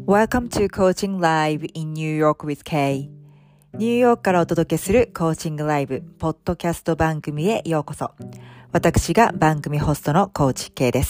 Welcome to Coaching Live in New York with Kay。 ニューヨークからお届けするコーチングライブポッドキャスト番組へようこそ。私が番組ホストのコーチ Kay です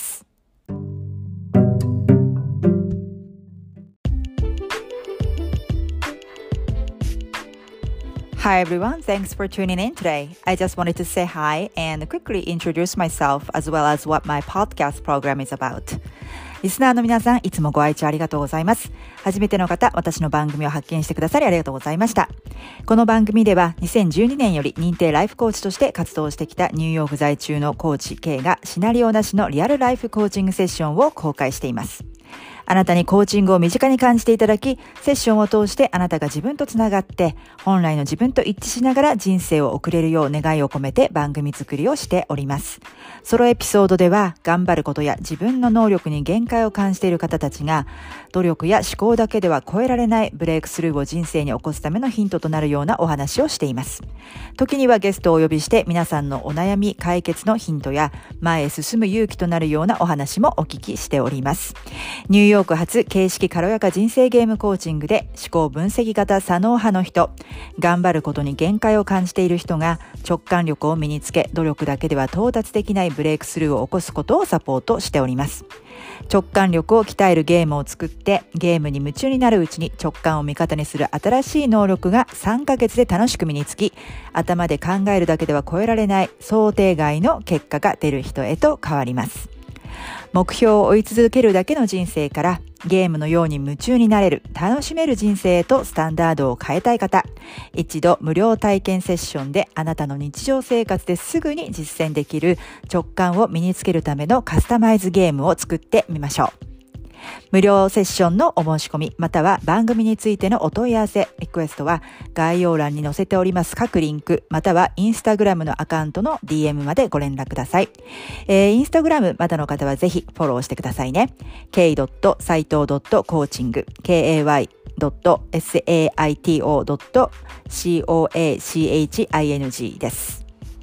。Hi everyone, thanks for tuning in today. I just wanted to say hi and quickly introduce myself as well as what my podcast program is about. リスナーの皆さん、いつもご愛聴ありがとうございます。初めての方、私の番組を発見してくださりありがとうございました。この番組では2012年より認定ライフコーチとして活動してきたニューヨーク在住のコーチ K がシナリオなしのリアルライフコーチングセッションを公開しています。あなたにコーチングを身近に感じていただき、セッションを通してあなたが自分とつながって、本来の自分と一致しながら人生を送れるよう願いを込めて番組作りをしております。ソロエピソードでは、頑張ることや自分の能力に限界を感じている方たちが、努力や思考だけでは超えられないブレイクスルーを人生に起こすためのヒントとなるようなお話をしています。時にはゲストをお呼びして皆さんのお悩み解決のヒントや前へ進む勇気となるようなお話もお聞きしております。ニューヨーク発形式軽やか人生ゲームコーチングで思考分析型左脳派の人、頑張ることに限界を感じている人が直感力を身につけ、努力だけでは到達できないブレイクスルーを起こすことをサポートしております。直感力を鍛えるゲームを作って、ゲームに夢中になるうちに直感を味方にする新しい能力が3ヶ月で楽しく身につき、頭で考えるだけでは超えられない想定外の結果が出る人へと変わります。目標を追い続けるだけの人生からゲームのように夢中になれる、楽しめる人生へとスタンダードを変えたい方、一度無料体験セッションであなたの日常生活ですぐに実践できる直感を身につけるためのカスタマイズゲームを作ってみましょう。無料セッションのお申し込み、または番組についてのお問い合わせ、リクエストは概要欄に載せております各リンク、またはインスタグラムのアカウントの DM までご連絡ください。インスタグラムまだの方はぜひフォローしてくださいね。k.saito.coaching kay.saito.coaching です。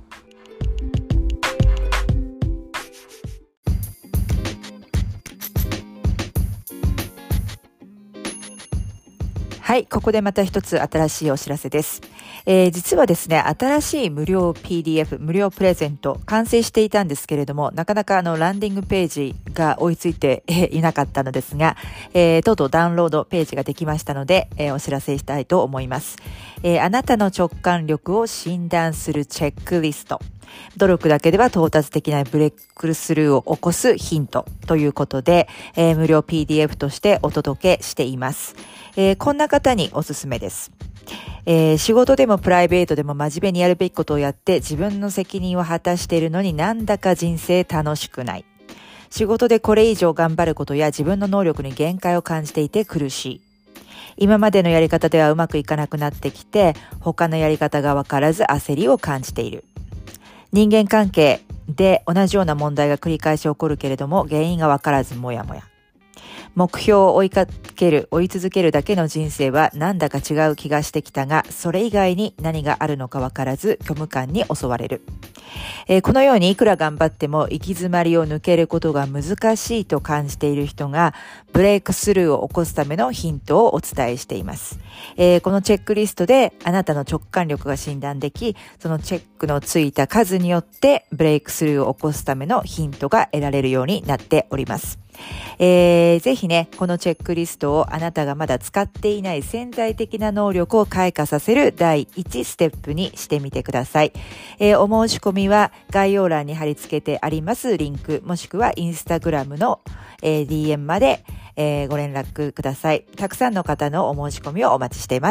はい、ここでまた一つ新しいお知らせです。実はですね、新しい無料 PDF、無料プレゼント完成していたんですけれども、なかなかランディングページが追いついていなかったのですが、とうとうダウンロードページができましたので、お知らせしたいと思います。あなたの直感力を診断するチェックリスト。努力だけでは到達できないブレイクスルーを起こすヒントということで、無料 PDF としてお届けしています。こんな方におすすめです。仕事でもプライベートでも真面目にやるべきことをやって自分の責任を果たしているのになんだか人生楽しくない。仕事でこれ以上頑張ることや自分の能力に限界を感じていて苦しい。今までのやり方ではうまくいかなくなってきて、他のやり方がわからず焦りを感じている。人間関係で同じような問題が繰り返し起こるけれども原因がわからずもやもや。目標を追い続けるだけの人生はなんだか違う気がしてきたが、それ以外に何があるのかわからず虚無感に襲われる。このようにいくら頑張っても行き詰まりを抜けることが難しいと感じている人がブレイクスルーを起こすためのヒントをお伝えしています。このチェックリストであなたの直感力が診断でき、そのチェックのついた数によってブレイクスルーを起こすためのヒントが得られるようになっております。ぜひね、このチェックリストをあなたがまだ使っていない潜在的な能力を開花させる第1ステップにしてみてください。お申し込みは概要欄に貼り付けてありますリンク、もしくはインスタグラムの、DM まで、ご連絡ください。たくさんの方のお申し込みをお待ちしています。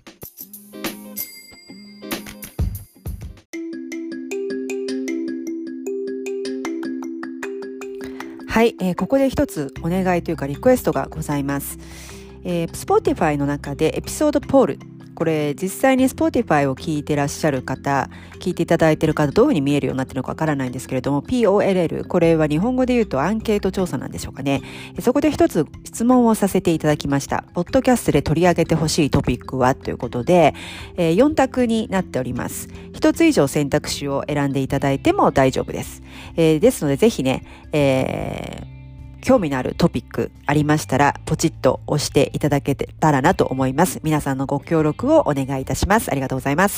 はい、ここで一つお願いというかリクエストがございます。Spotify の中でエピソードポール、これ実際に Spotify を聞いてらっしゃる方、聞いていただいている方、どういうふうに見えるようになっているのかわからないんですけれども、POLL、これは日本語で言うとアンケート調査なんでしょうかね。そこで一つ質問をさせていただきました。ポッドキャストで取り上げてほしいトピックはということで、4択になっております。1つ以上選択肢を選んでいただいても大丈夫です。ですのでぜひね、 興味のあるトピックありましたら、ポチッと押していただけたらなと思います。皆さんのご協力をお願いいたします。ありがとうございます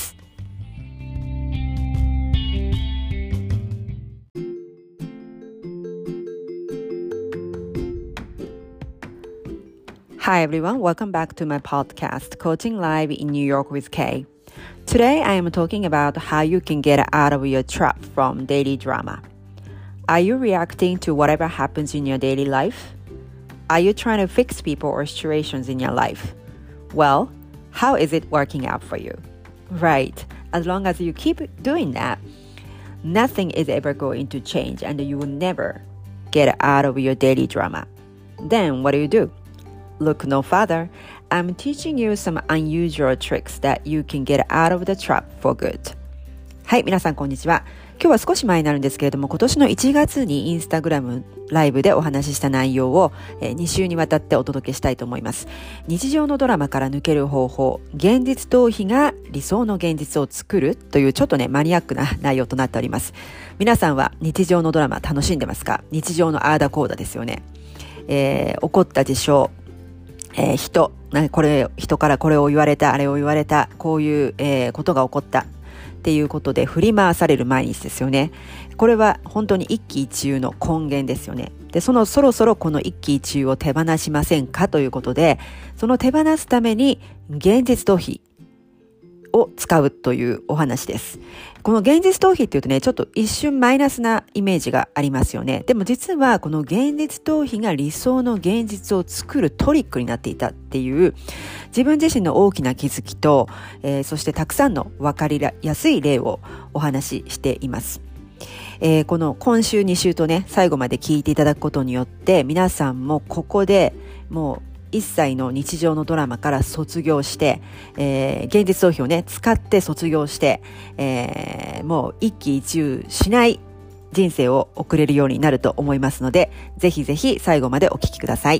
。Hi everyone, welcome back to my podcast, Coaching Live in New York with Kay. Today I am talking about how you can get out of your trap from daily drama. Are you reacting to whatever happens in your daily life? Are you trying to fix people or situations in your life? Well, how is it working out for you? Right, as long as you keep doing that, nothing is ever going to change and you will never get out of your daily drama. Then what do?Look no further. I'm teaching you some unusual tricks that you can get out of the trap for good. はい、皆さんこんにちは。今日は少し前になるんですけれども、今年の1月にインスタグラムライブでお話しした内容を2週にわたってお届けしたいと思います。日常のドラマから抜ける方法、現実逃避が理想の現実を作るというちょっとね、マニアックな内容となっております。皆さんは日常のドラマ楽しんでますか？日常のあーだこーだですよね。起こった事象、人からこれを言われた、あれを言われた、こういう、ことが起こったっていうことで振り回される毎日ですよね。これは本当に一喜一憂の根源ですよね。で、そろそろこの一喜一憂を手放しませんかということで、その手放すために現実逃避を使うというお話です。この現実逃避っていうとね、ちょっと一瞬マイナスなイメージがありますよね。でも実はこの現実逃避が理想の現実を作るトリックになっていたっていう自分自身の大きな気づきと、そしてたくさんの分かりやすい例をお話ししています。この今週2週とね、最後まで聞いていただくことによって皆さんもここでもう一切の日常のドラマから卒業して、現実逃避をね使って卒業して、もう一喜一憂しない人生を送れるようになると思いますので、ぜひぜひ最後までお聞きください。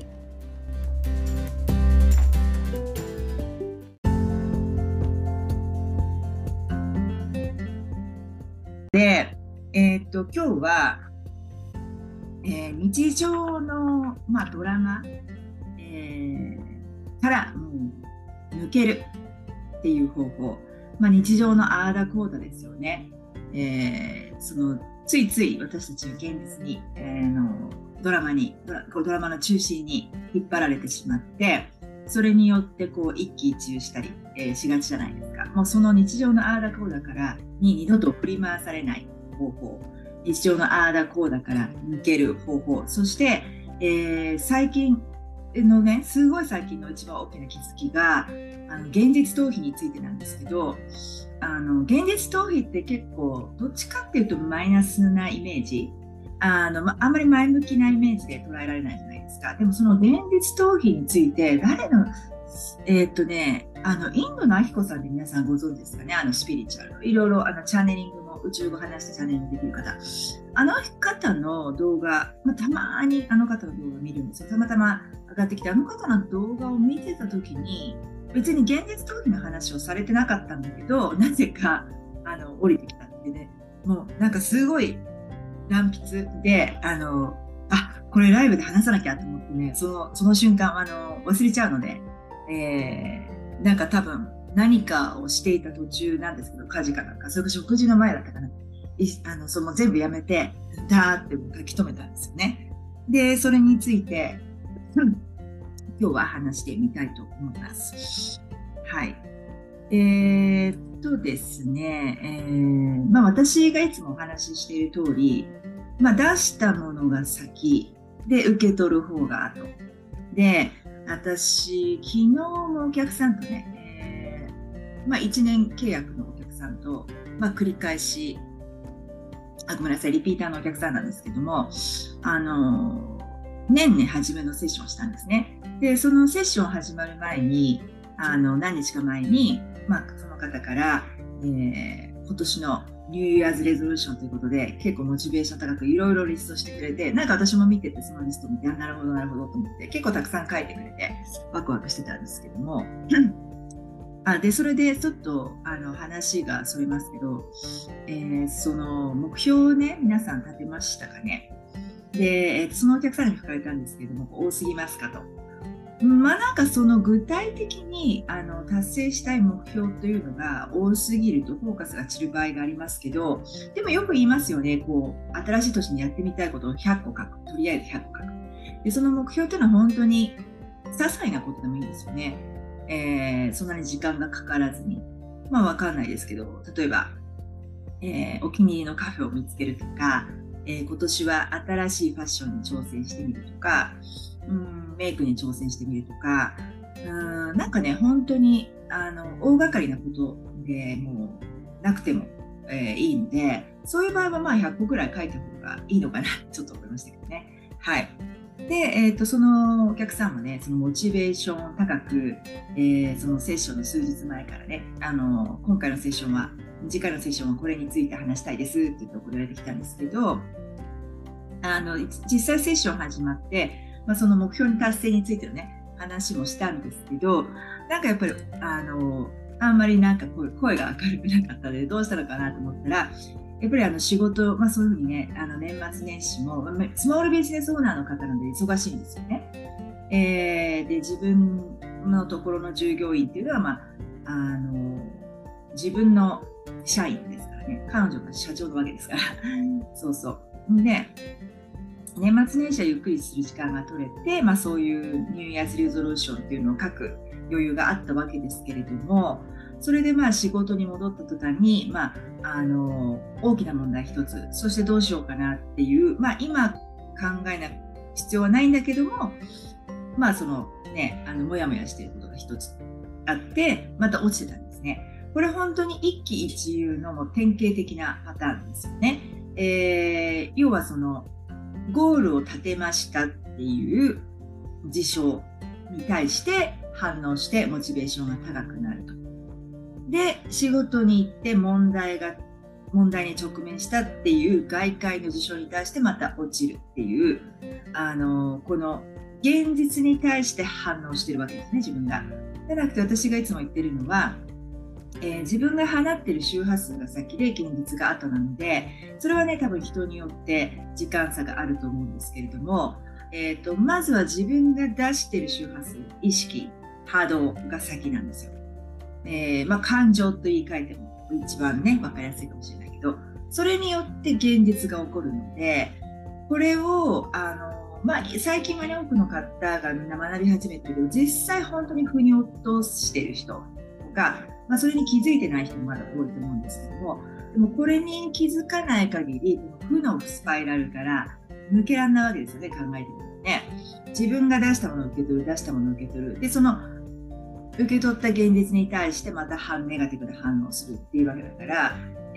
で、今日は、日常の、ドラマからもう抜けるっていう方法、日常のあーだこーだですよね。ついつい私たちは現実に、ドラマの中心に引っ張られてしまって、それによってこう一喜一憂したり、しがちじゃないですか。もうその日常のあーだこーだからに二度と振り回されない方法、日常のあーだこーだから抜ける方法、そして、最近のね、すごい最近の一番大きな気づきが現実逃避についてなんですけど、現実逃避って結構どっちかっていうとマイナスなイメージ、あんまり前向きなイメージで捉えられないじゃないですか。でもその現実逃避について誰のインドのアキコさんって皆さんご存知ですかね。スピリチュアルのいろいろチャネリングも宇宙語話してチャネリングできる方、あの方の動画、たまにあの方の動画を見るんですよ。たまたま上がってきて、あの方の動画を見てた時に別に現実逃避の話をされてなかったんだけど、なぜか降りてきたってね、もうなんかすごい乱筆でこれライブで話さなきゃと思ってね、その瞬間忘れちゃうので、なんか多分何かをしていた途中なんですけど、家事かなんか、それか食事の前だったかな、もう全部やめてダーって書き留めたんですよね。でそれについて、今日は話してみたいと思います。はい。ですね、私がいつもお話ししている通り、出したものが先で受け取る方が後で、私昨日もお客さんとね、1年契約のお客さんと、繰り返しごめんなさい、リピーターのお客さんなんですけども、年初めのセッションをしたんですね。でそのセッション始まる前に何日か前に、その方から、今年のニューイヤーズレゾリューションということで結構モチベーション高くいろいろリストしてくれて、なんか私も見ててそのリスト見て、なるほどなるほどと思って結構たくさん書いてくれてワクワクしてたんですけどもでそれでちょっと話がそれますけど、その目標をね皆さん立てましたかね。 で、そのお客さんに聞かれたんですけれども、多すぎますかと。なんかその具体的に達成したい目標というのが多すぎるとフォーカスが散る場合がありますけど、でもよく言いますよね、こう新しい年にやってみたいことを100個書く、とりあえず100個書く。でその目標というのは本当に些細なことでもいいんですよね。そんなに時間がかからずに、わかんないですけど、例えば、お気に入りのカフェを見つけるとか、今年は新しいファッションに挑戦してみるとか、メイクに挑戦してみるとか、なんかね、本当に大掛かりなことでもうなくても、いいので、そういう場合は100個ぐらい書いた方がいいのかなちょっと思いましたけどね。はい。で、そのお客さんもね、そのモチベーション高く、そのセッションの数日前からね、今回のセッションは、次回のセッションはこれについて話したいですって言って送られてきたんですけど、実際セッション始まって、その目標に達成についてのね、話もしたんですけど、なんかやっぱり、あんまりなんか声が明るくなかったので、どうしたのかなと思ったら、やっぱり仕事、そういうふうにね、年末年始も、スモールビジネスオーナーの方なので忙しいんですよね。で、自分のところの従業員っていうのは、自分の社員ですからね、彼女が社長なわけですから。そうそう。で、年末年始はゆっくりする時間が取れて、そういうニューイヤーズリゾルーションっていうのを書く余裕があったわけですけれども、それで仕事に戻った途端に、大きな問題一つ、そしてどうしようかなっていう、今考えな必要はないんだけども、そのね、もやもやしていることが一つあって、また落ちてたんですね。これ本当に一喜一憂のもう典型的なパターンですよね。要はその、ゴールを立てましたっていう事象に対して反応してモチベーションが高くなると。で、仕事に行って問題に直面したっていう外界の事象に対してまた落ちるっていう、この現実に対して反応してるわけですね、自分が。じゃなくて私がいつも言ってるのは、自分が放っている周波数が先で現実が後なので、それはね、多分人によって時間差があると思うんですけれども、まずは自分が出している周波数、意識、波動が先なんですよ。感情と言い換えても一番ね、わかりやすいかもしれないけど、それによって現実が起こるので、これを、最近はね、多くの方がみんな学び始めてるけど、実際本当に腑に落としている人とか、それに気づいてない人もまだ多いと思うんですけども、でもこれに気づかない限り、負のスパイラルから抜けられないわけですよね、考えてみるとね。自分が出したものを受け取る、出したものを受け取る。で、その受け取った現実に対してまたネガティブな反応するっていうわけだから、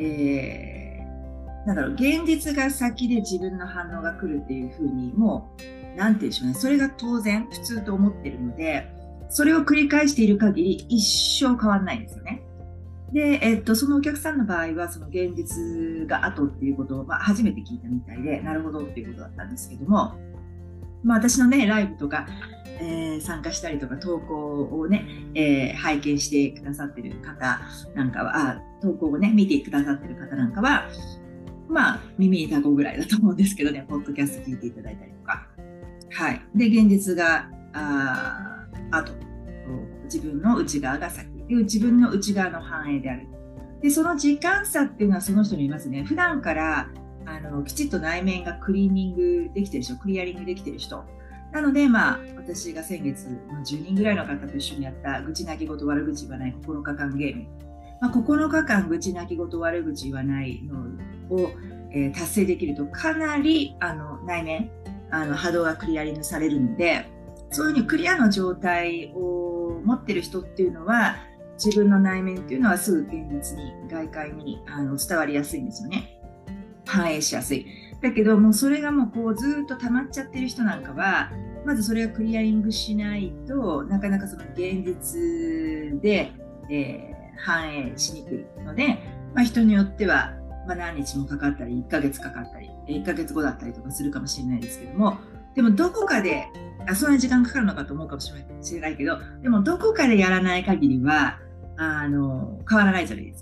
現実が先で自分の反応が来るっていうふうに、もう、なんていうんでしょうね、それが当然、普通と思ってるので、それを繰り返している限り一生変わらないんですよね。で、そのお客さんの場合は、その現実が後っていうことを、初めて聞いたみたいで、なるほどっていうことだったんですけども、私のね、ライブとか、参加したりとか、投稿をね、拝見してくださってる方なんかは、投稿をね、見てくださってる方なんかは、耳にタコぐらいだと思うんですけどね、ポッドキャスト聞いていただいたりとか。はい。で、現実が、後、自分の内側が先で、自分の内側の反映である。で、その時間差っていうのはその人にいますね。普段からきちっと内面がクリーニングできてる人、クリアリングできてる人。なので、私が先月、10人ぐらいの方と一緒にやった愚痴泣き言悪口言わない9日間ゲーム。9日間愚痴泣き言悪口言わないのを、達成できるとかなり内面波動がクリアリングされるので、そういうふうにクリアの状態を持ってる人っていうのは、自分の内面っていうのはすぐ現実に外界に伝わりやすいんですよね。反映しやすい。だけどもうそれがもうこうずっと溜まっちゃってる人なんかは、まずそれがクリアリングしないとなかなかその現実で、反映しにくいので、人によっては、何日もかかったり1ヶ月かかったり1ヶ月後だったりとかするかもしれないですけども、でもどこかでそんなに時間かかるのかと思うかもしれないけど、でもどこかでやらない限りは変わらないじゃないですか。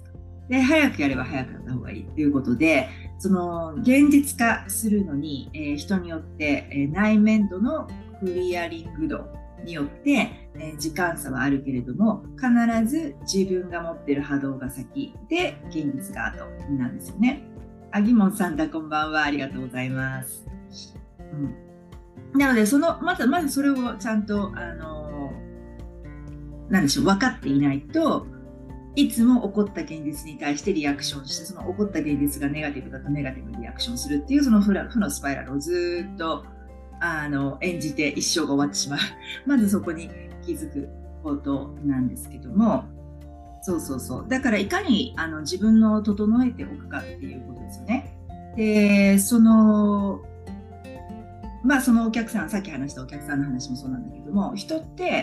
で、早くやれば早くやった方がいいということで、その現実化するのに、人によって、内面度のクリアリング度によって、時間差はあるけれども、必ず自分が持っている波動が先で現実が後なんですよね。あぎもんさんだ、こんばんは。ありがとうございます。なので、まずそれをちゃんと、なんでしょう、分かっていないと、いつも起こった現実に対してリアクションして、その起こった現実がネガティブだとネガティブにリアクションするっていう、その負のスパイラルをずっと演じて一生が終わってしまう。まずそこに気づくことなんですけども、そうだからいかに自分を整えておくかっていうことですよね。で、そのお客さん、さっき話したお客さんの話もそうなんだけども、人って、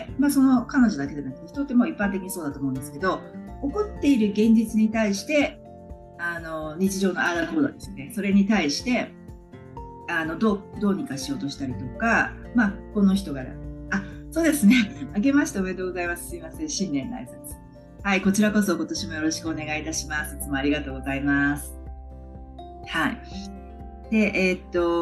その彼女だけじゃなくて、人ってもう一般的にそうだと思うんですけど、起こっている現実に対して日常のああだこうだですよね。それに対してどうにかしようとしたりとか、この人がそうですね。あけましておめでとうございます。すいません。新年の挨拶。はい、こちらこそ今年もよろしくお願いいたします。いつもありがとうございます。はい。で、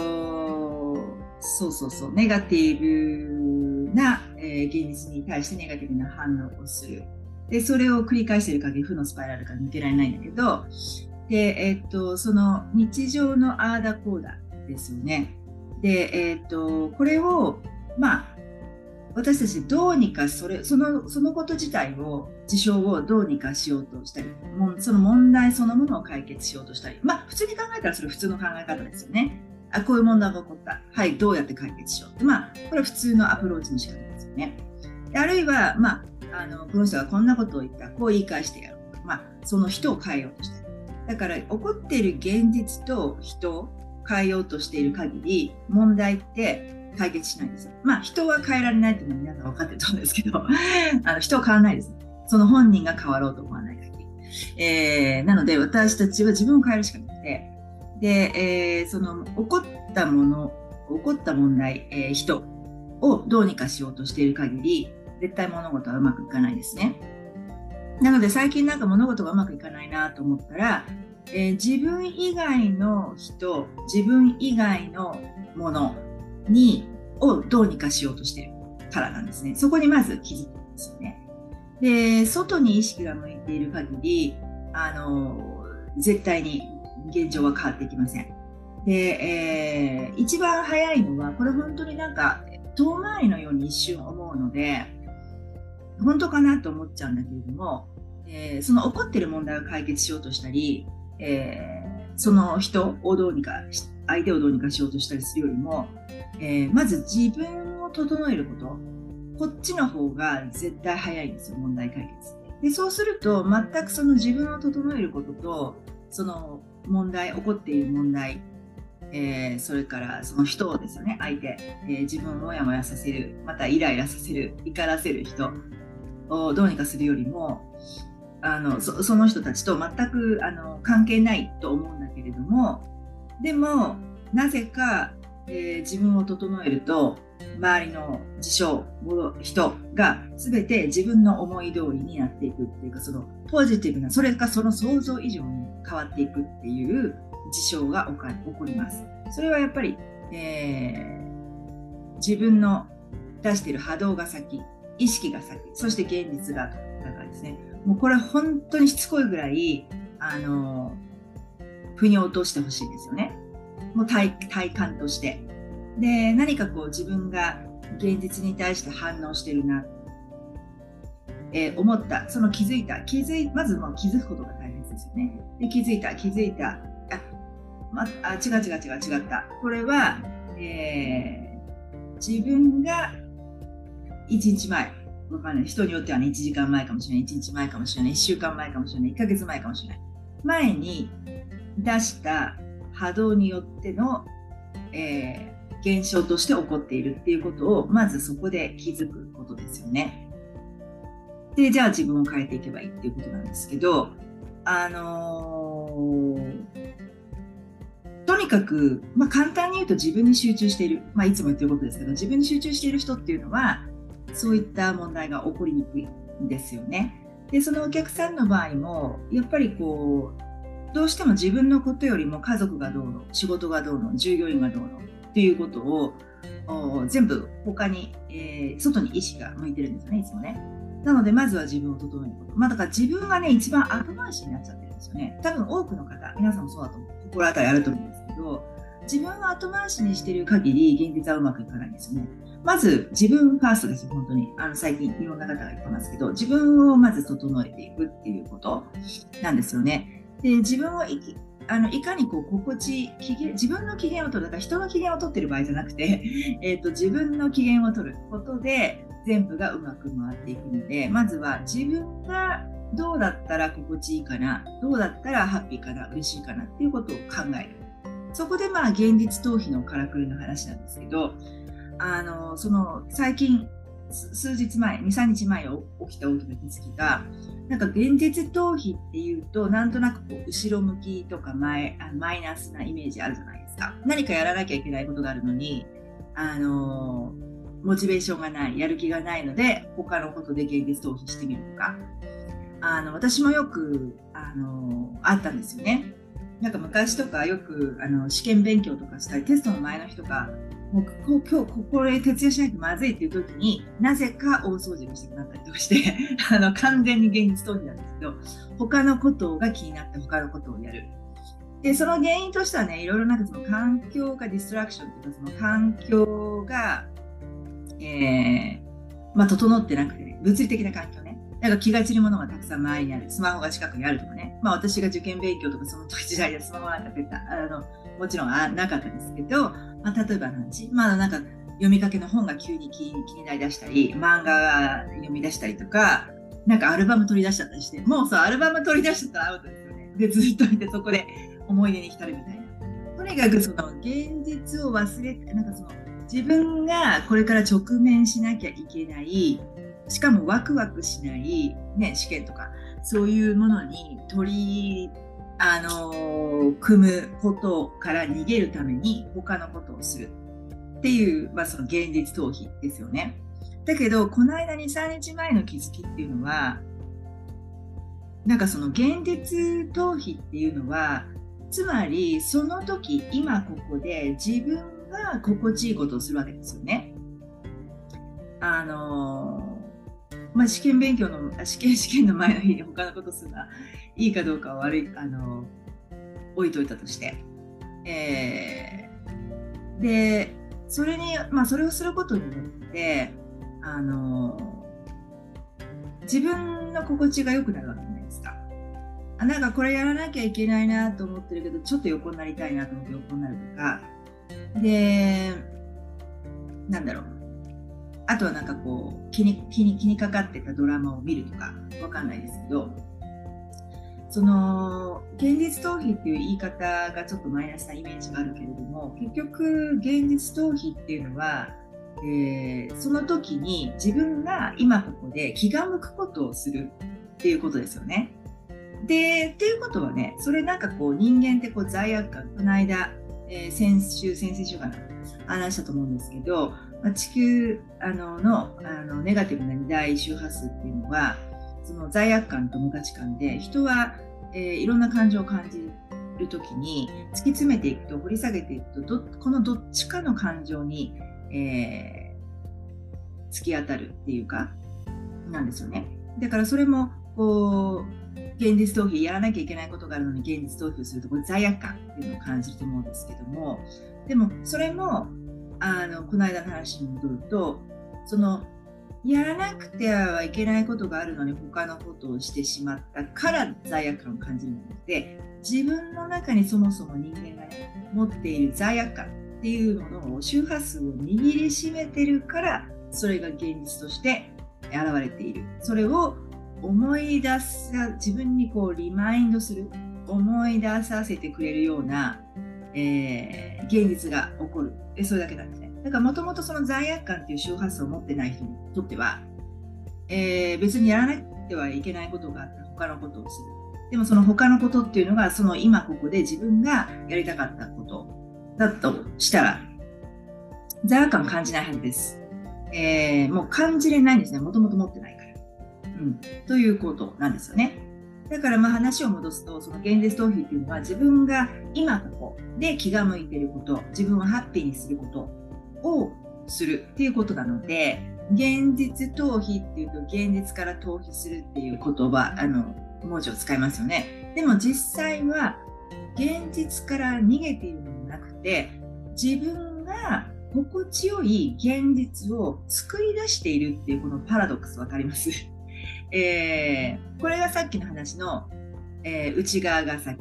ネガティブな、現実に対してネガティブな反応をする。で、それを繰り返している限り負のスパイラルから抜けられないんだけど、で、その日常のああだこうだですよね。で、これを、私たちどうにかそのこと自体を、事象をどうにかしようとしたり、その問題そのものを解決しようとしたり、普通に考えたらそれ普通の考え方ですよね。こういう問題が起こった。はい、どうやって解決しようって。これは普通のアプローチの仕方ですよね。で、あるいは、この人がこんなことを言った。こう言い返してやろう。その人を変えようとしたり。だから、起こっている現実と人を変えようとしている限り、問題って解決しないんですよ。人は変えられないっていうのは皆さん分かってると思うんですけど、人は変わらないです。その本人が変わろうと思わない限り。なので、私たちは自分を変えるしかなくて、で、その起こった問題、人をどうにかしようとしている限り、絶対物事はうまくいかないですね。なので最近物事がうまくいかないなと思ったら、自分以外の人、自分以外のものをどうにかしようとしているからなんですね。そこにまず気づくんですよね。で、外に意識が向いている限り、絶対に現状は変わっていきません。で、一番早いのは、これ本当に遠回りのように一瞬思うので、本当かなと思っちゃうんだけれども、その起こっている問題を解決しようとしたり、その相手をどうにかしようとしたりするよりも、まず自分を整えること、こっちの方が絶対早いんですよ、問題解決で。そうすると、全くその自分を整えることと、その起こっている問題、それからその人ですよね、相手、自分をモヤモヤさせる、またイライラさせる、怒らせる人をどうにかするよりも、その人たちと全く関係ないと思うんだけれども、でもなぜか、自分を整えると周りの事象、人が全て自分の思い通りになっていくっていうか、そのポジティブな、それかその想像以上に変わっていくっていう事象が起こります。それはやっぱり、自分の出している波動が先、意識が先、そして現実が後だからですね。もうこれ本当にしつこいぐらい腑に落としてほしいですよね。もう体感として。で、何か自分が現実に対して反応してるな、思った、その気づいた、まずもう気づくことが大切ですよね。で、気づいた、違った。これは、自分が1日前、わかんない。人によってはね、1時間前かもしれない、1日前かもしれない、1週間前かもしれない、1ヶ月前かもしれない。前に出した波動によっての、現象として起こっているっていうことを、まずそこで気づくことですよね。で、じゃあ自分を変えていけばいいっていうことなんですけど、とにかく、簡単に言うと自分に集中している、いつも言ってることですけど、自分に集中している人っていうのは、そういった問題が起こりにくいんですよね。 でそのお客さんの場合もやっぱりこうどうしても自分のことよりも家族がどうの仕事がどうの従業員がどうのっていうことを全部他に、外に意識が向いてるんですよね、いつもね。なのでまずは自分を整えること。だから自分がね一番後回しになっちゃってるんですよね。多分多くの方、皆さんもそうだと思う。心当たりあると思うんですけど、自分を後回しにしている限り現実はうまくいかないんですよね。まず自分ファーストですよ、本当に。最近いろんな方が言ってますけど、自分をまず整えていくっていうことなんですよね。で、自分をいかにこう心地自分の機嫌を取る、だから人の機嫌を取ってる場合じゃなくて、自分の機嫌を取ることで全部がうまく回っていくので、まずは自分がどうだったら心地いいかな、どうだったらハッピーかな、嬉しいかなっていうことを考える。そこで現実逃避のからくりの話なんですけど、その最近数日前、2、3日前起きた大きな気づきが、なんか現実逃避っていうと、なんとなくこう後ろ向きとかマイナスなイメージあるじゃないですか。何かやらなきゃいけないことがあるのに、モチベーションがない、やる気がないので、他のことで現実逃避してみるとか、私もよくあったんですよね。なんか昔とかよく試験勉強とかしたり、テストの前の日とか、もう今日これ徹夜しないとまずいっていう時になぜか大掃除をしたくなったりとかして完全に現実逃避なんですけど、他のことが気になって他のことをやる。でその原因としてはね、いろいろなんかその環境がディストラクションっていうか、その環境が、整ってなくてね、物理的な環境ね、なんか気が散るものがたくさん周りにある、スマホが近くにあるとかね、私が受験勉強とかその時代でスマホなんかもちろんなかったですけど、例えばの話、なんか読みかけの本が急に気になりだしたり、漫画読み出したりとか、なんかアルバム取り出しちゃったりして、もうアルバム取り出しちゃったらアウトですよね。で、ずっと見てそこで思い出に浸るみたいな。とにかくその現実を忘れて、なんかその自分がこれから直面しなきゃいけない、しかもワクワクしない、ね、試験とか、そういうものに組むことから逃げるために他のことをするっていう、その現実逃避ですよね。だけどこの間2、3日前の気づきっていうのは、なんかその現実逃避っていうのは、つまりその時今ここで自分が心地いいことをするわけですよね。試験勉強の試験の前の日に他のことするのはいいかどうかは悪い置いといたとして、でそれをすることによって自分の心地が良くなるわけじゃないですか。なんかこれやらなきゃいけないなと思ってるけど、ちょっと横になりたいなと思って横になるとかで、なんだろう、あとはなんかこう気にかかってたドラマを見るとかわかんないですけど、その現実逃避っていう言い方がちょっとマイナスなイメージがあるけれども、結局現実逃避っていうのは、その時に自分が今ここで気が向くことをするっていうことですよね。でっていうことはね、それなんかこう人間ってこう罪悪感、この間、先々週かな話したと思うんですけど、地球のネガティブな二大周波数っていうのは、その罪悪感と無価値観で、人は、いろんな感情を感じるときに突き詰めていくと、掘り下げていくと、このどっちかの感情に、突き当たるっていうかなんですよね。だからそれもこう現実逃避、やらなきゃいけないことがあるのに現実逃避をすると、これ罪悪感っていうのを感じると思うんですけども、でもそれもこの間の話に戻ると、そのやらなくてはいけないことがあるのに他のことをしてしまったから罪悪感を感じるので、自分の中にそもそも人間がね持っている罪悪感っていうものを、周波数を握りしめてるから、それが現実として現れている。それを思い出自分にこうリマインドする、思い出させてくれるような、現実が起こる。それだけなんですね。だからもともとその罪悪感っていう周波数を持ってない人にとっては、別にやらなくてはいけないことがあったら他のことをする。でもその他のことっていうのが、その今ここで自分がやりたかったことだとしたら、罪悪感を感じないはずです。もう感じれないんですね。もともと持ってないから。 ということなんですよね。だから話を戻すと、その現実逃避っていうのは自分が今ここで気が向いていること、自分をハッピーにすることをするっていうことなので、現実逃避っていうと現実から逃避するっていう言葉、文字を使いますよね。でも実際は現実から逃げているのではなくて、自分が心地よい現実を作り出しているっていうこのパラドックス、わかります？これがさっきの話の、内側が先、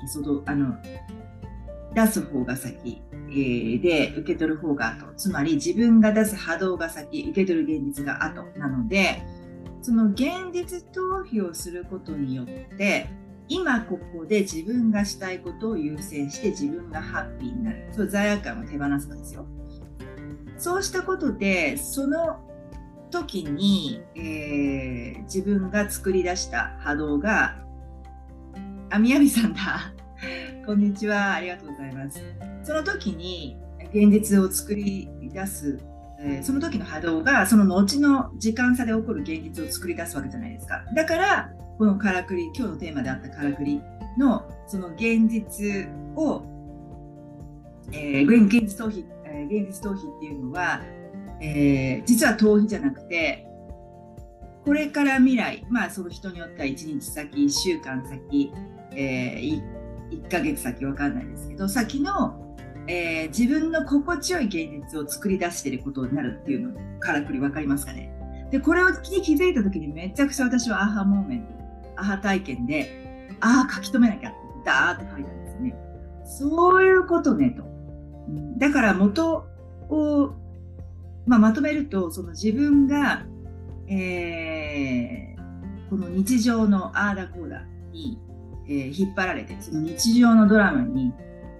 出す方が先、で受け取る方が後、つまり自分が出す波動が先、受け取る現実が後なので、その現実逃避をすることによって今ここで自分がしたいことを優先して自分がハッピーになる、そう罪悪感を手放すのですよ。そうしたことでその時に、自分が作り出した波動が、みやびさんだこんにちは、ありがとうございます。その時に現実を作り出す、その時の波動がその後の時間差で起こる現実を作り出すわけじゃないですか。だからこのからくり、今日のテーマであったからくりのその現実を、現実逃避っていうのは、実は逃避じゃなくて、これから未来、その人によっては1日先、1週間先、1ヶ月先、わかんないですけど、先の、自分の心地よい現実を作り出していることになるっていうのからくり、わかりますかね。で、これを気づいた時にめちゃくちゃ私はアハモーメント、アハ体験で、書き留めなきゃってダーって書いたんですね。そういうことねと。だから元を、まとめると、その自分が、この日常のあーだこーだに、引っ張られて、その日常のドラマに、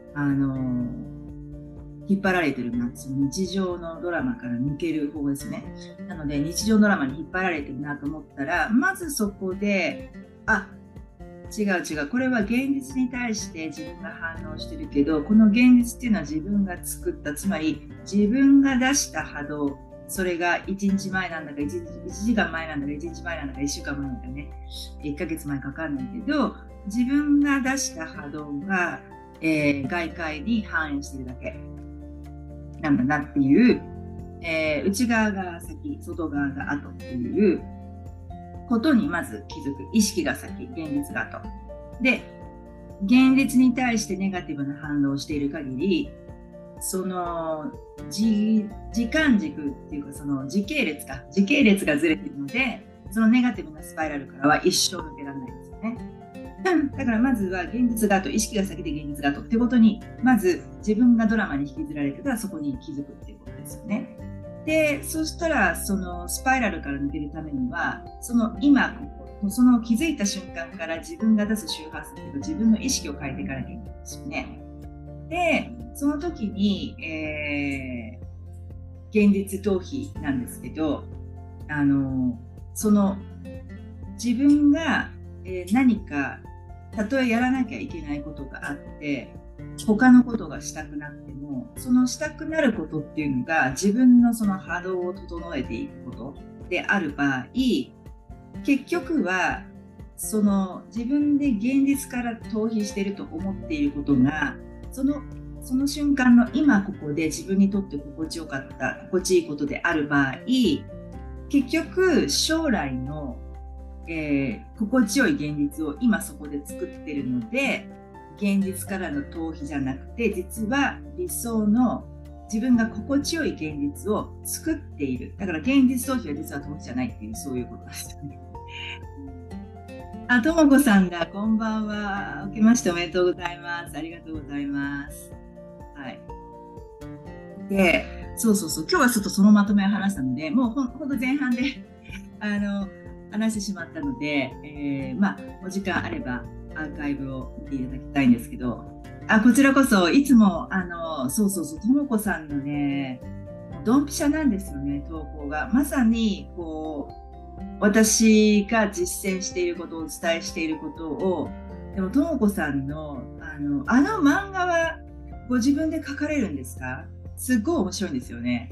引っ張られてるな、その日常のドラマから抜ける方ですね。なので日常ドラマに引っ張られてるなと思ったら、まずそこで違う、これは現実に対して自分が反応してるけど、この現実っていうのは自分が作った、つまり自分が出した波動、それが1日前なんだか 1時間前なんだか1日前なんだか1週間前なんだかね、1ヶ月前かかんないけど、自分が出した波動が、外界に反映してるだけなんだなっていう、内側が先、外側が後っていうことにまず気づく。意識が先、現実が後。で、現実に対してネガティブな反応をしている限り、その時間軸っていうか、その時系列がずれているので、そのネガティブなスパイラルからは一生抜けられないんですよね。だからまずは現実が後、意識が先で現実が後ってことに、まず自分がドラマに引きずられてたらそこに気づくっていうことですよね。で、そしたらそのスパイラルから抜けるためには、その今ここ、その気づいた瞬間から自分が出す周波数っていうか、自分の意識を変えていかなきゃいけないんですよね。で、その時に、現実逃避なんですけど、その自分が、何かたとえやらなきゃいけないことがあって他のことがしたくなっても、そのしたくなることっていうのが自分のその波動を整えていくことである場合、結局はその自分で現実から逃避していると思っていることがその瞬間の今ここで自分にとって心地よかった、心地いいことである場合、結局将来の心地よい現実を今そこで作ってるので、現実からの逃避じゃなくて、実は理想の自分が心地よい現実を作っている。だから現実逃避は実は逃避じゃないっていう、そういうことですよね。ともこさんだ、こんばんは。明けましておめでとうございます。ありがとうございます。はい。で、そう、今日はちょっとそのまとめを話したので、もうほんと前半で話してしまったので、お時間あればアーカイブを見ていただきたいんですけど、こちらこそいつもともこさんのね、ドンピシャなんですよね、投稿が。まさにこう私が実践していることをお伝えしていることを、でもともこさんの漫画はご自分で描かれるんですか？すっごい面白いんですよね。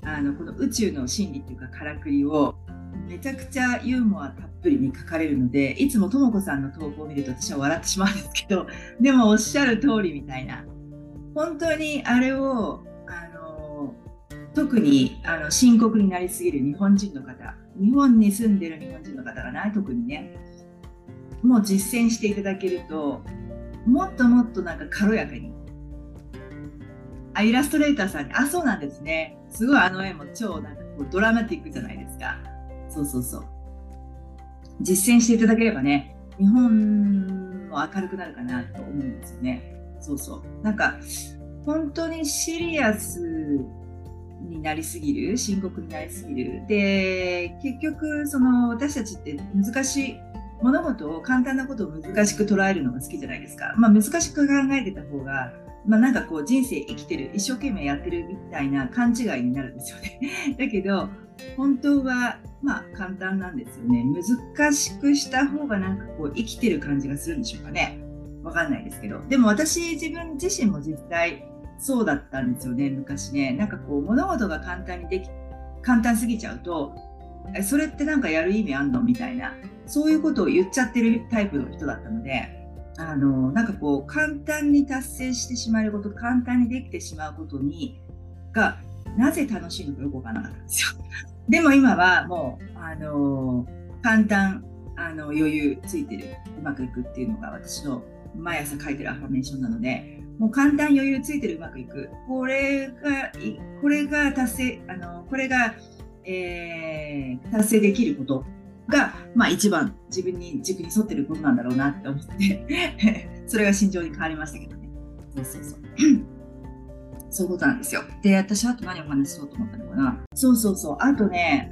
この宇宙の真理っていうかからくりをめちゃくちゃユーモアたっぷりに書かれるので、いつもともこさんの投稿を見ると私は笑ってしまうんですけど、でもおっしゃる通りみたいな、本当にあれを特に深刻になりすぎる日本人の方、日本に住んでる日本人の方がない、特にね、もう実践していただけると、もっともっとなんか軽やかに。イラストレーターさんに、そうなんですね。すごい絵も超なんかこうドラマティックじゃないですか。そうそうそう。実践していただければね、日本も明るくなるかなと思うんですよね。そうそう。なんか本当にシリアスになりすぎる、深刻になりすぎる。で、結局私たちって難しい物事を、簡単なことを難しく捉えるのが好きじゃないですか。難しく考えてた方が、なんかこう人生生きてる、一生懸命やってるみたいな勘違いになるんですよね。だけど本当は簡単なんですよね。難しくした方がなんかこう生きてる感じがするんでしょうかね。わかんないですけど、でも私自分自身も実際そうだったんですよね、昔ね。なんかこう物事が簡単すぎちゃうと、それってなんかやる意味あんのみたいな、そういうことを言っちゃってるタイプの人だったので、なんかこう簡単に達成してしまうこと、簡単にできてしまうことがなぜ楽しいのかよくわからなかったんですよ。でも今はもう簡単、余裕ついてる、うまくいくっていうのが私の毎朝書いてるアファメーションなので、もう簡単、余裕ついてる、うまくいく、これが達成、これが、達成できることが、一番軸に沿ってることなんだろうなって思ってそれが心情に変わりましたけどね。そうそういうことなんですよ。で、私あと何をお話ししようと思ったのかな。あとね、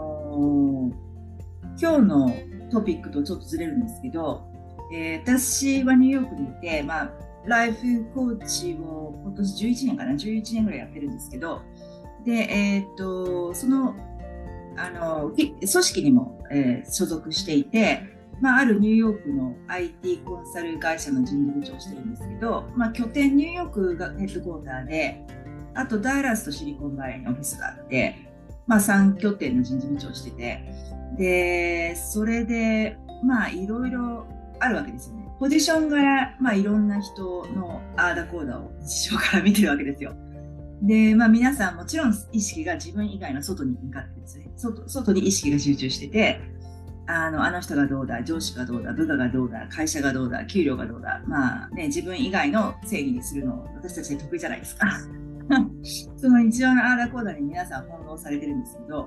今日のトピックとちょっとずれるんですけど、私はニューヨークにいて、ライフコーチを今年11年かな、11年ぐらいやってるんですけど、で、その組織にも、所属していて、あるニューヨークの IT コンサル会社の人事部長をしてるんですけど、拠点ニューヨークがヘッドクォーターで、あとダーラスとシリコンバレーにオフィスがあって、3拠点の人事部長をしてて、でそれでいろいろあるわけですよね。ポジション柄、いろんな人のあーだこーだを日常から見てるわけですよ。で、皆さんもちろん意識が自分以外の外に向かってですね、外に意識が集中してて、あの人がどうだ、上司がどうだ、部下がどうだ、会社がどうだ、給料がどうだ、自分以外の正義にするの私たち得意じゃないですか。その日常のあーだこーだに皆さん翻弄されてるんですけど、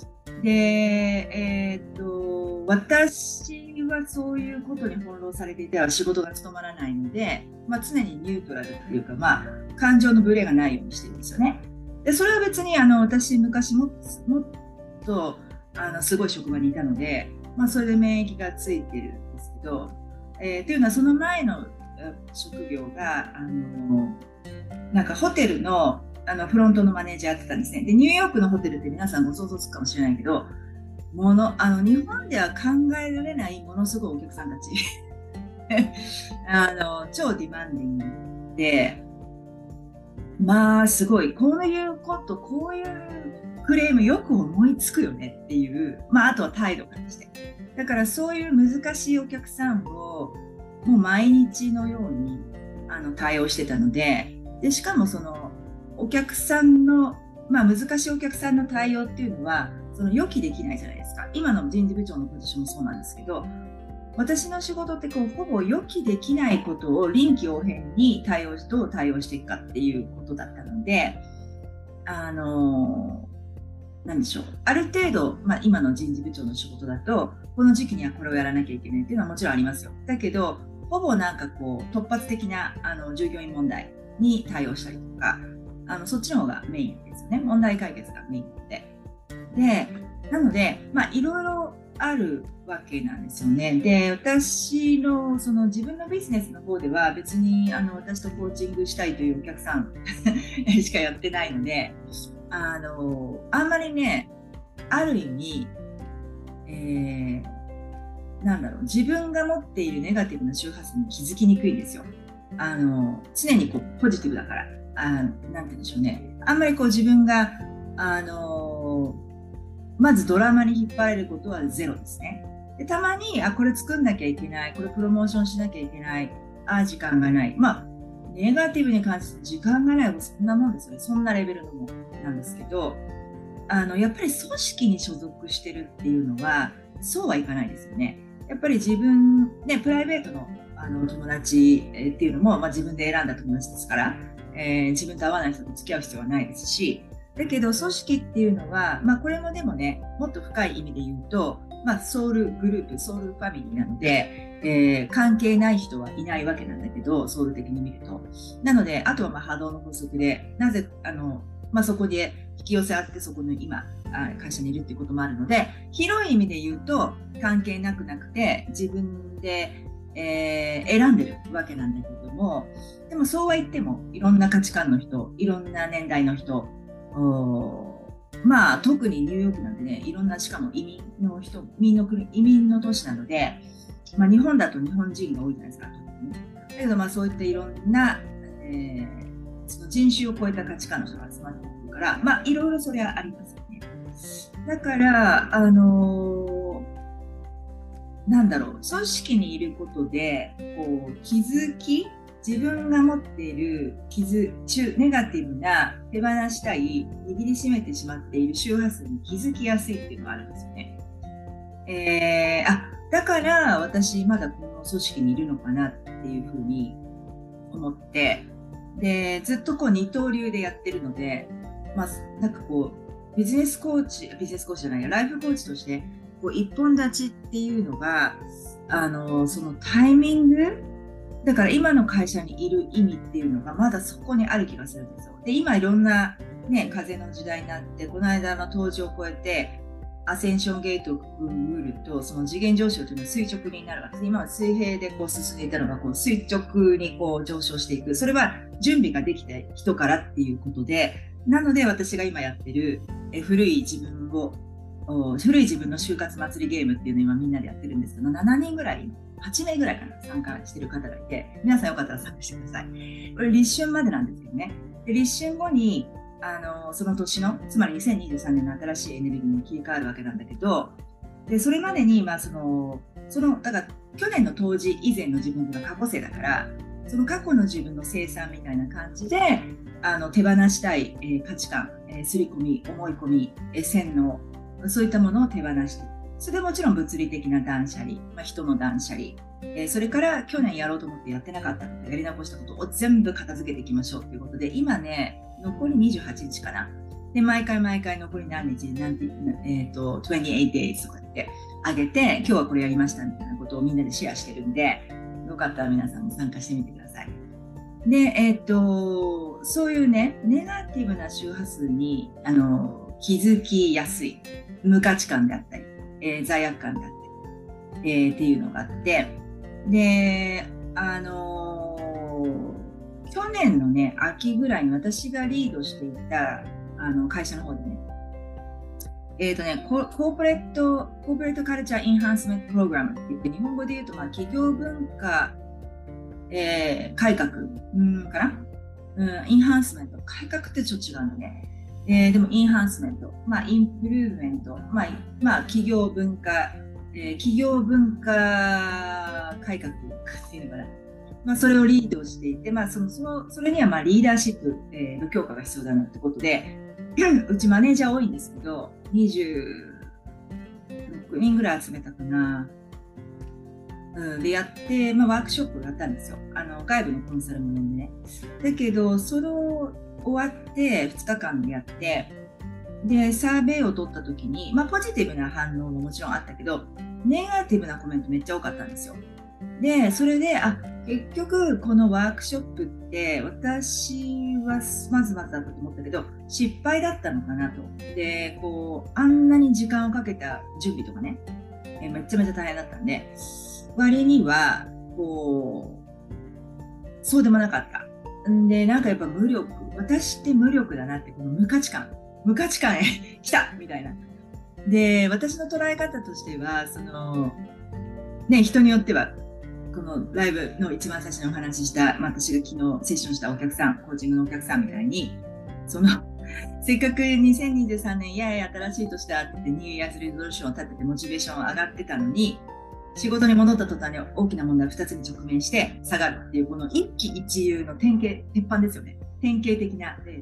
で、私はそういうことに翻弄されていては仕事が務まらないので、常にニュートラルというか、感情のブレがないようにしてるんですよね。でそれは別に私昔もっとすごい職場にいたので、それで免疫がついてるんですけど、というのはその前の職業がなんかホテルのフロントのマネージャーやってたんですね。でニューヨークのホテルって皆さんご想像つくかもしれないけど、日本では考えられないものすごいお客さんたち超ディマンディングですごいこういうクレームよく思いつくよねっていう、あとは態度からして、だからそういう難しいお客さんをもう毎日のように対応してたので、しかもそのお客さんの、難しいお客さんの対応っていうのは予期できないじゃないですか。今の人事部長のポジションもそうなんですけど、私の仕事ってほぼ予期できないことを臨機応変にどう対応していくかっていうことだったので、何でしょう、ある程度、今の人事部長の仕事だとこの時期にはこれをやらなきゃいけないっていうのはもちろんありますよ。だけどほぼなんか突発的な従業員問題に対応したりとか、そっちの方がメインですよね。問題解決がメインで、なのでいろいろあるわけなんですよね。で私の自分のビジネスの方では別に私とコーチングしたいというお客さんしかやってないので、あんまりね、ある意味、自分が持っているネガティブな周波数に気づきにくいんですよ。常にポジティブだから、なんて言うんでしょうね。あんまり自分がまずドラマに引っ張られることはゼロですね。でたまにこれ作んなきゃいけない、これプロモーションしなきゃいけない、時間がない、ネガティブに関して時間がないもそんなもんですよね。そんなレベルのものなんですけど、やっぱり組織に所属してるっていうのはそうはいかないですよね。やっぱり自分ね、プライベートの友達っていうのも、自分で選んだ友達ですから、自分と合わない人と付き合う必要はないですし、だけど組織っていうのは、これもでもね、もっと深い意味で言うと、ソウルグループ、ソウルファミリーなので、関係ない人はいないわけなんだけど、ソウル的に見ると。なので、あとは波動の法則で、なぜそこで引き寄せ合って、そこの今会社にいるっていうこともあるので、広い意味で言うと関係なくて自分で、選んでるわけなんだけども、でもそうは言ってもいろんな価値観の人、いろんな年代の人、特にニューヨークなんでね、いろんな、しかも移民の人、移民の都市なので、日本だと日本人が多いじゃないですか。だけどそういったいろんな、その人種を超えた価値観の人が集まってくるから、いろいろそれはありますよね。だからなんだろう、組織にいることでこう気づき、自分が持っているネガティブな手放したい、握りしめてしまっている周波数に気づきやすいっていうのがあるんですよね。だから私まだこの組織にいるのかなっていうふうに思って、でずっとこう二刀流でやってるので、なんかこうビジネスコーチじゃないや、ライフコーチとしてこう一本立ちっていうのがそのタイミングだから、今の会社にいる意味っていうのがまだそこにある気がするんですよ。で今いろんなね、風の時代になって、この間の登場を超えてアセンションゲートをくぐると、その次元上昇というのは垂直になるわけです。今は水平でこう進んでいたのがこう垂直にこう上昇していく。それは準備ができた人からっていうことで、なので私が今やってる古い自分の就活祭りゲームっていうのを今みんなでやってるんですけど、7人ぐらい、8名ぐらいかな、参加してる方がいて、皆さんよかったら参加してください。これ立春までなんですけどね。で立春後にその年の、つまり2023年の新しいエネルギーに切り替わるわけなんだけど、でそれまでにだから去年の当時以前の自分が過去世だから、その過去の自分の生産みたいな感じで手放したい、価値観、刷り込み、思い込み、洗脳、そういったものを手放して、それでもちろん物理的な断捨離、人の断捨離、それから去年やろうと思ってやってなかったこと、やり残したことを全部片付けていきましょうということで、今ね残り28日かな。で毎回残り何日28 days とかってあげて、今日はこれやりましたみたいなことをみんなでシェアしてるんで、よかったら皆さんも参加してみてください。でそういうね、ネガティブな周波数に気づきやすい無価値観であったり、罪悪感であったり、っていうのがあって、で去年のね秋ぐらいに私がリードしていた会社の方でね、コーポレートカルチャーインハンスメントプログラムって言って、日本語で言うと企業文化、改革かな、インハンスメント、改革ってちょっと違うのね。でもインハンスメント、インプルーブメント、企業文化、改革っていうのかな、それをリードしていて、それにはリーダーシップ、の強化が必要だなってことで、うちマネージャー多いんですけど、26人ぐらい集めたかな。でやって、ワークショップをやったんですよ。外部のコンサルも呼んでね。だけどそれを終わって2日間やって、でサーベイを取った時に、ポジティブな反応ももちろんあったけど、ネガティブなコメントめっちゃ多かったんですよ。でそれで結局このワークショップって私はまずだったと思ったけど失敗だったのかなと。であんなに時間をかけた準備とかね、めちゃめちゃ大変だったんで、割にはそうでもなかった。でやっぱ無力、私って無力だなって、この無価値観へ来たみたいな。で私の捉え方としては人によってはこのライブの一番最初にお話しした、私が昨日セッションしたお客さん、コーチングのお客さんみたいにせっかく2023年やや新しい年だってニューイヤーズレゾルューションを立ててモチベーション上がってたのに、仕事に戻った途端に大きな問題2つに直面して下がるっていう、この一喜一憂の典型、鉄板ですよね。典型的な例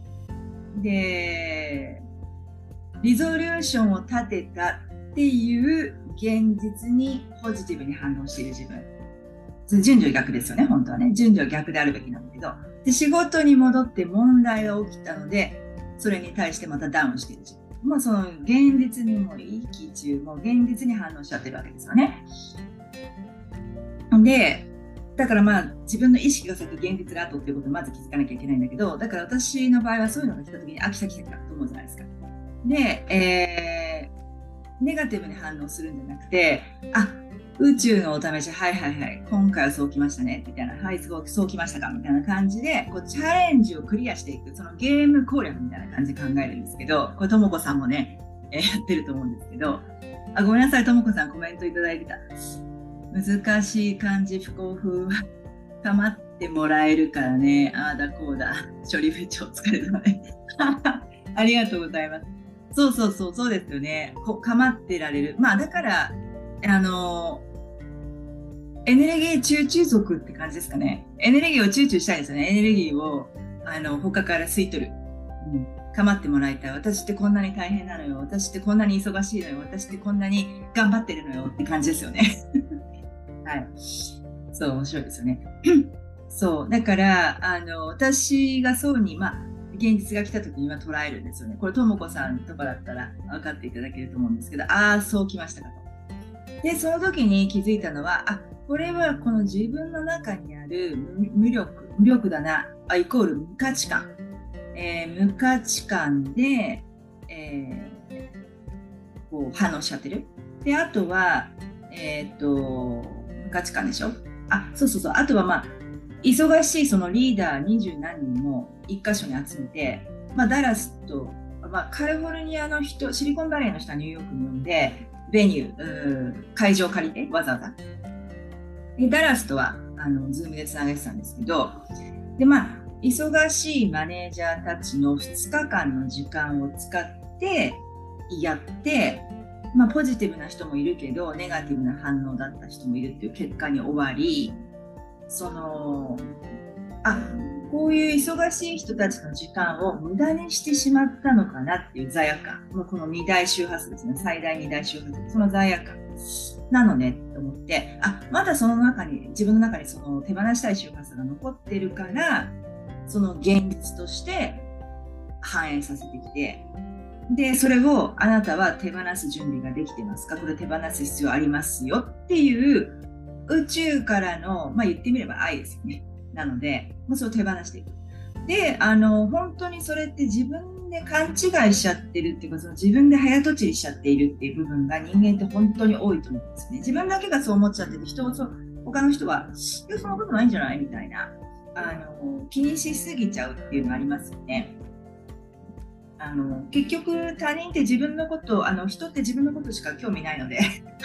で、リゾリューションを立てたっていう現実にポジティブに反応している自分。順序逆ですよね、本当はね。順序逆であるべきなんだけど。で、仕事に戻って問題が起きたので、それに対してまたダウンしている自分。その現実にも一喜一憂も現実に反応しちゃってるわけですよね。で、だから自分の意識が先現実が後っていうことをまず気づかなきゃいけないんだけど、だから私の場合はそういうのが来た時に、来たと思うじゃないですか。で、ネガティブに反応するんじゃなくて、宇宙のお試し、はい、今回はそうきましたね、みたいな、はい、そうきましたか、みたいな感じで、チャレンジをクリアしていく、そのゲーム攻略みたいな感じで考えるんですけど、これ、ともこさんもね、やってると思うんですけど、ごめんなさい、ともこさんコメントいただいてた。難しい漢字不幸風は構ってもらえるからね、ああだこうだ、処理部長疲れたね。ありがとうございます。そうですよね。構ってられる。だから、エネルギー集中族って感じですかね。エネルギーを集中したいですよね。エネルギーを、他から吸い取る。構ってもらいたい。私ってこんなに大変なのよ。私ってこんなに忙しいのよ。私ってこんなに頑張ってるのよって感じですよね。はい。そう、面白いですよね。そう。だから、私がそうに、現実が来た時には捉えるんですよね。これ、ともこさんとかだったら分かっていただけると思うんですけど、そうきましたかと。で、その時に気づいたのは、これはこの自分の中にある無力だな、イコール無価値観。無価値観で、反応しちゃってる。で、あとは、無価値観でしょ。そう。あとは忙しいそのリーダー20何人も一箇所に集めて、ダラスと、カリフォルニアの人、シリコンバレーの人はニューヨークに呼んで、ベニュー、会場を借りて、わざわざ。で、ダラスとは、ズームでつなげてたんですけど、で、忙しいマネージャーたちの2日間の時間を使ってやって、ポジティブな人もいるけど、ネガティブな反応だった人もいるっていう結果に終わり、こういう忙しい人たちの時間を無駄にしてしまったのかなっていう罪悪感。この2大周波数ですね。最大2大周波数。その罪悪感なのねって思って、まだその中に、自分の中にその手放したい周波数が残ってるから、その現実として反映させてきて、で、それをあなたは手放す準備ができてますか？これ手放す必要ありますよっていう宇宙からの、言ってみれば愛ですよね。なので、それを手放していく。で、本当にそれって自分で勘違いしちゃってるっていうか、その自分で早とちりしちゃっているっていう部分が人間って本当に多いと思うんですね。自分だけがそう思っちゃってて、他の人は、いや、そんなことないんじゃないみたいな。気にしすぎちゃうっていうのがありますよね。結局他人って自分のこと人って自分のことしか興味ないので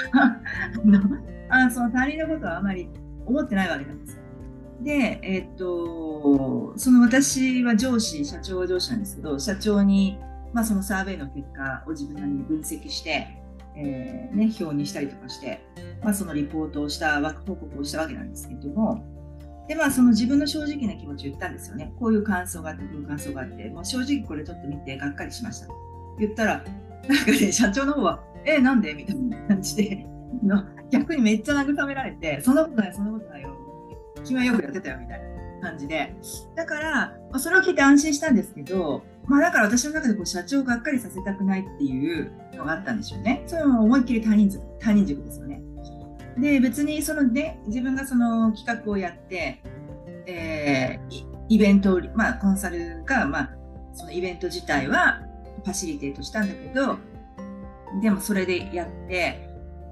その他人のことはあまり思ってないわけなんですよ。で、その私は社長が上司なんですけど、社長に、そのサーベイの結果を自分なりに分析して、表にしたりとかして、そのリポートを報告をしたわけなんですけども、で、その自分の正直な気持ちを言ったんですよね。こういう感想があって、こういう感想があって、もう正直これちょっと見てがっかりしました。言ったら、社長の方は、なんでみたいな感じで、逆にめっちゃ慰められて、そんなことないよ。君はよくやってたよ、みたいな感じで。だから、それを聞いて安心したんですけど、だから私の中で社長をがっかりさせたくないっていうのがあったんでしょうね。それも思いっきり他人軸ですよね。で、別に自分がその企画をやって、イベントを、コンサルが、そのイベント自体はファシリテートしたんだけど、でもそれでやって、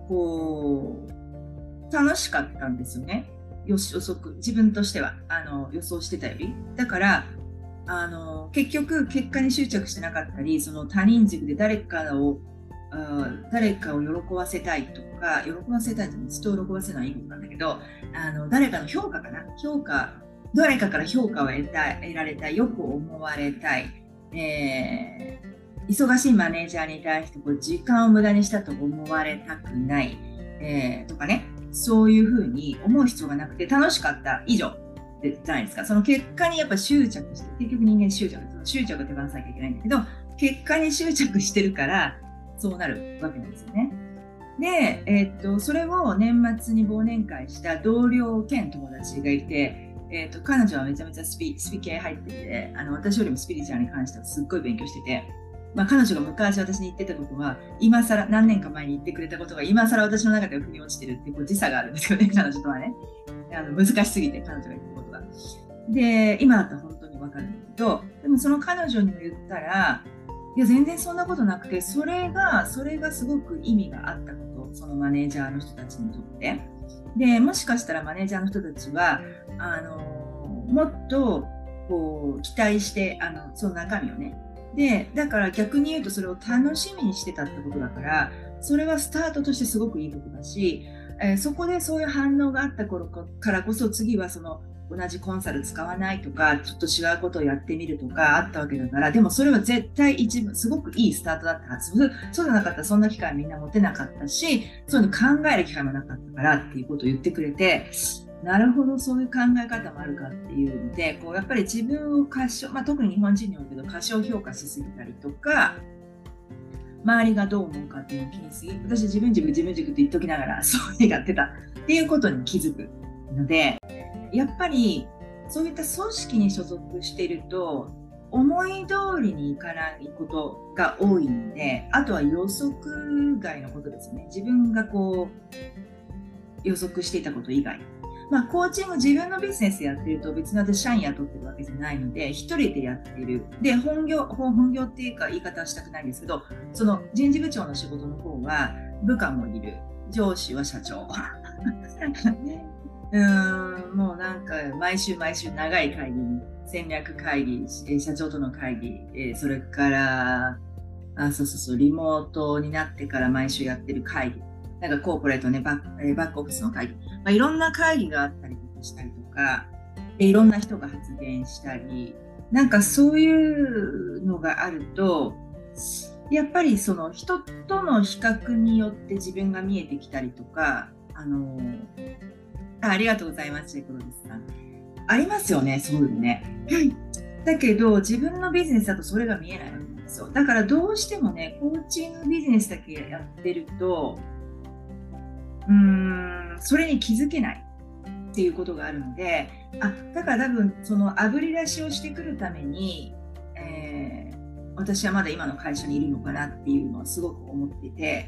楽しかったんですよね。自分としては、予想してたより。だから、結局、結果に執着してなかったり、その他人軸で誰かを喜ばせたいとか、人を喜ばせるのはいいことなんだけど、誰かの評価かな、誰かから評価を得られたい、よく思われたい、 忙しいマネージャーに対して時間を無駄にしたと思われたくない、とかね、そういうふうに思う必要がなくて楽しかった以上じゃないですか。その結果にやっぱ執着して、結局人間執着を手放さなきゃいけないんだけど、結果に執着してるからそうなるわけなんですよね。で、それを年末に忘年会した同僚兼友達がいて、彼女はめちゃめちゃスピ系入ってて、私よりもスピリチュアルに関してはすっごい勉強してて、彼女が昔私に言ってたことは、今更何年か前に言ってくれたことが今更私の中では腑に落ちてるっていう時差があるんですよね、彼女とはね。難しすぎて、彼女が言ってることが。で、今だったら本当に分かるんだけど、でもその彼女にも言ったら、いや全然そんなことなくて、それがすごく意味があったこと、そのマネージャーの人たちにとって。で、もしかしたらマネージャーの人たちはもっと期待してその中身をね。で、だから逆に言うとそれを楽しみにしてたってことだから、それはスタートとしてすごくいいことだし、そこでそういう反応があった頃からこそ、次はその同じコンサル使わないとか、ちょっと違うことをやってみるとかあったわけだから、でもそれは絶対すごくいいスタートだったはず。そうじゃなかったらそんな機会みんな持てなかったし、そういうの考える機会もなかったからっていうことを言ってくれて、なるほど、そういう考え方もあるかっていうので、やっぱり自分を特に日本人において過小評価しすぎたりとか、周りがどう思うかっていうのを気にしすぎ、私自分軸って言っときながらそういうやってたっていうことに気づくので、やっぱりそういった組織に所属していると思い通りにいかないことが多いので、あとは予測外のことですよね。自分が予測していたこと以外。コーチング、自分のビジネスやってると別に私社員雇ってるわけじゃないので、一人でやってる。で、本業っていうか言い方はしたくないんですけど、その人事部長の仕事の方は部下もいる。上司は社長。もうなんか毎週長い会議、戦略会議、社長との会議、それからリモートになってから毎週やってる会議。なんかコーポレートね、バックオフィスの会議。いろんな会議があったりとかしたりとか、いろんな人が発言したり、なんかそういうのがあると、やっぱりその人との比較によって自分が見えてきたりとか、ありがとうございます、チェコロですさん。ありますよね、そういうのね。だけど、自分のビジネスだとそれが見えないわけなんですよ。だからどうしてもね、コーチングビジネスだけやってると、それに気づけないっていうことがあるので、だから多分そのあぶり出しをしてくるために、私はまだ今の会社にいるのかなっていうのはすごく思っていて。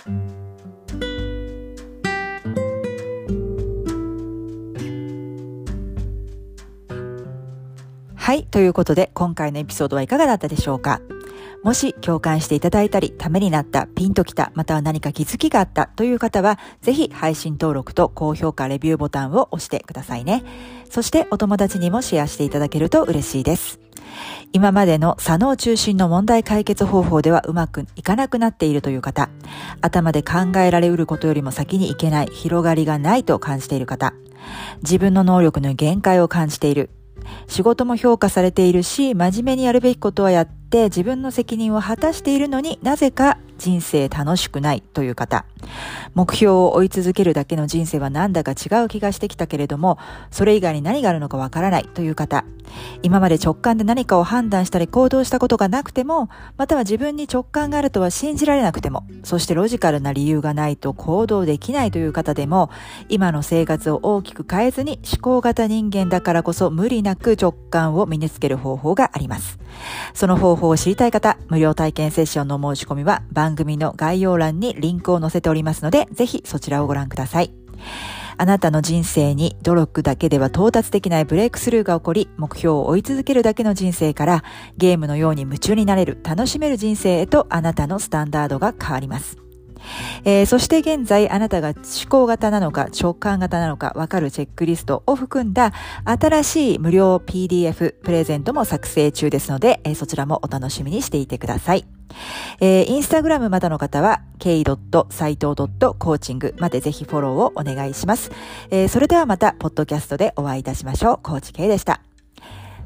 はい、ということで今回のエピソードはいかがだったでしょうか。もし共感していただいたり、ためになった、ピンときた、または何か気づきがあったという方は、ぜひ配信登録と高評価、レビューボタンを押してくださいね。そしてお友達にもシェアしていただけると嬉しいです。今までの左脳中心の問題解決方法ではうまくいかなくなっているという方、頭で考えられうることよりも先にいけない、広がりがないと感じている方、自分の能力の限界を感じている、仕事も評価されているし、真面目にやるべきことはやって自分の責任を果たしているのになぜか人生楽しくないという方、目標を追い続けるだけの人生はなんだか違う気がしてきたけれども、それ以外に何があるのかわからないという方、今まで直感で何かを判断したり行動したことがなくても、または自分に直感があるとは信じられなくても、そしてロジカルな理由がないと行動できないという方でも、今の生活を大きく変えずに思考型人間だからこそ無理なく直感を身につける方法があります。その方法を知りたい方、無料体験セッションの申し込みは番組の概要欄にリンクを載せておりますので、ぜひそちらをご覧ください。あなたの人生に努力だけでは到達できないブレイクスルーが起こり、目標を追い続けるだけの人生からゲームのように夢中になれる、楽しめる人生へとあなたのスタンダードが変わります。そして現在あなたが思考型なのか直感型なのか分かるチェックリストを含んだ新しい無料 PDF プレゼントも作成中ですので、そちらもお楽しみにしていてください。インスタグラムまだの方は k.saito.coaching までぜひフォローをお願いします。それではまたポッドキャストでお会いいたしましょう。コーチ K でした。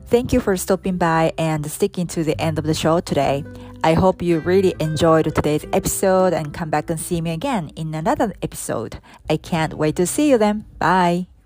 Thank you for stopping by and sticking to the end of the show today. I hope you really enjoyed today's episode and come back and see me again in another episode. I can't wait to see you then. Bye!